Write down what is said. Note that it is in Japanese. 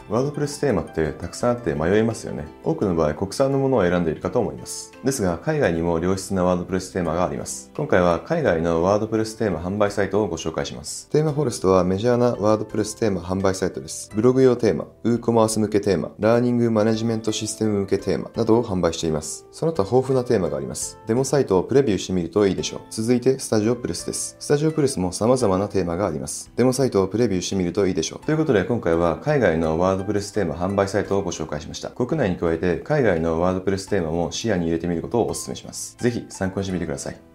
ワードプレステーマってたくさんあって迷いますよね。多くの場合、国産のものを選んでいるかと思います。ですが、海外にも良質なワードプレステーマがあります。今回は海外のワードプレステーマ販売サイトをご紹介します。テーマフォレストはメジャーなワードプレステーマ販売サイトです。ブログ用テーマ、WooCommerce 向けテーマ、ラーニングマネジメントシステム向けテーマなどを販売しています。その他豊富なテーマがあります。デモサイトをプレビューしてみるといいでしょう。続いて、スタジオプレスです。スタジオプレスも様々なテーマがあります。デモサイトをプレビューしてみるといいでしょう。ということで、今回は海外のワードプレステーマ販売サイトをご紹介しました。国内に加えて海外のワードプレステーマも視野に入れてみることをお勧めします。ぜひ参考にしてみてください。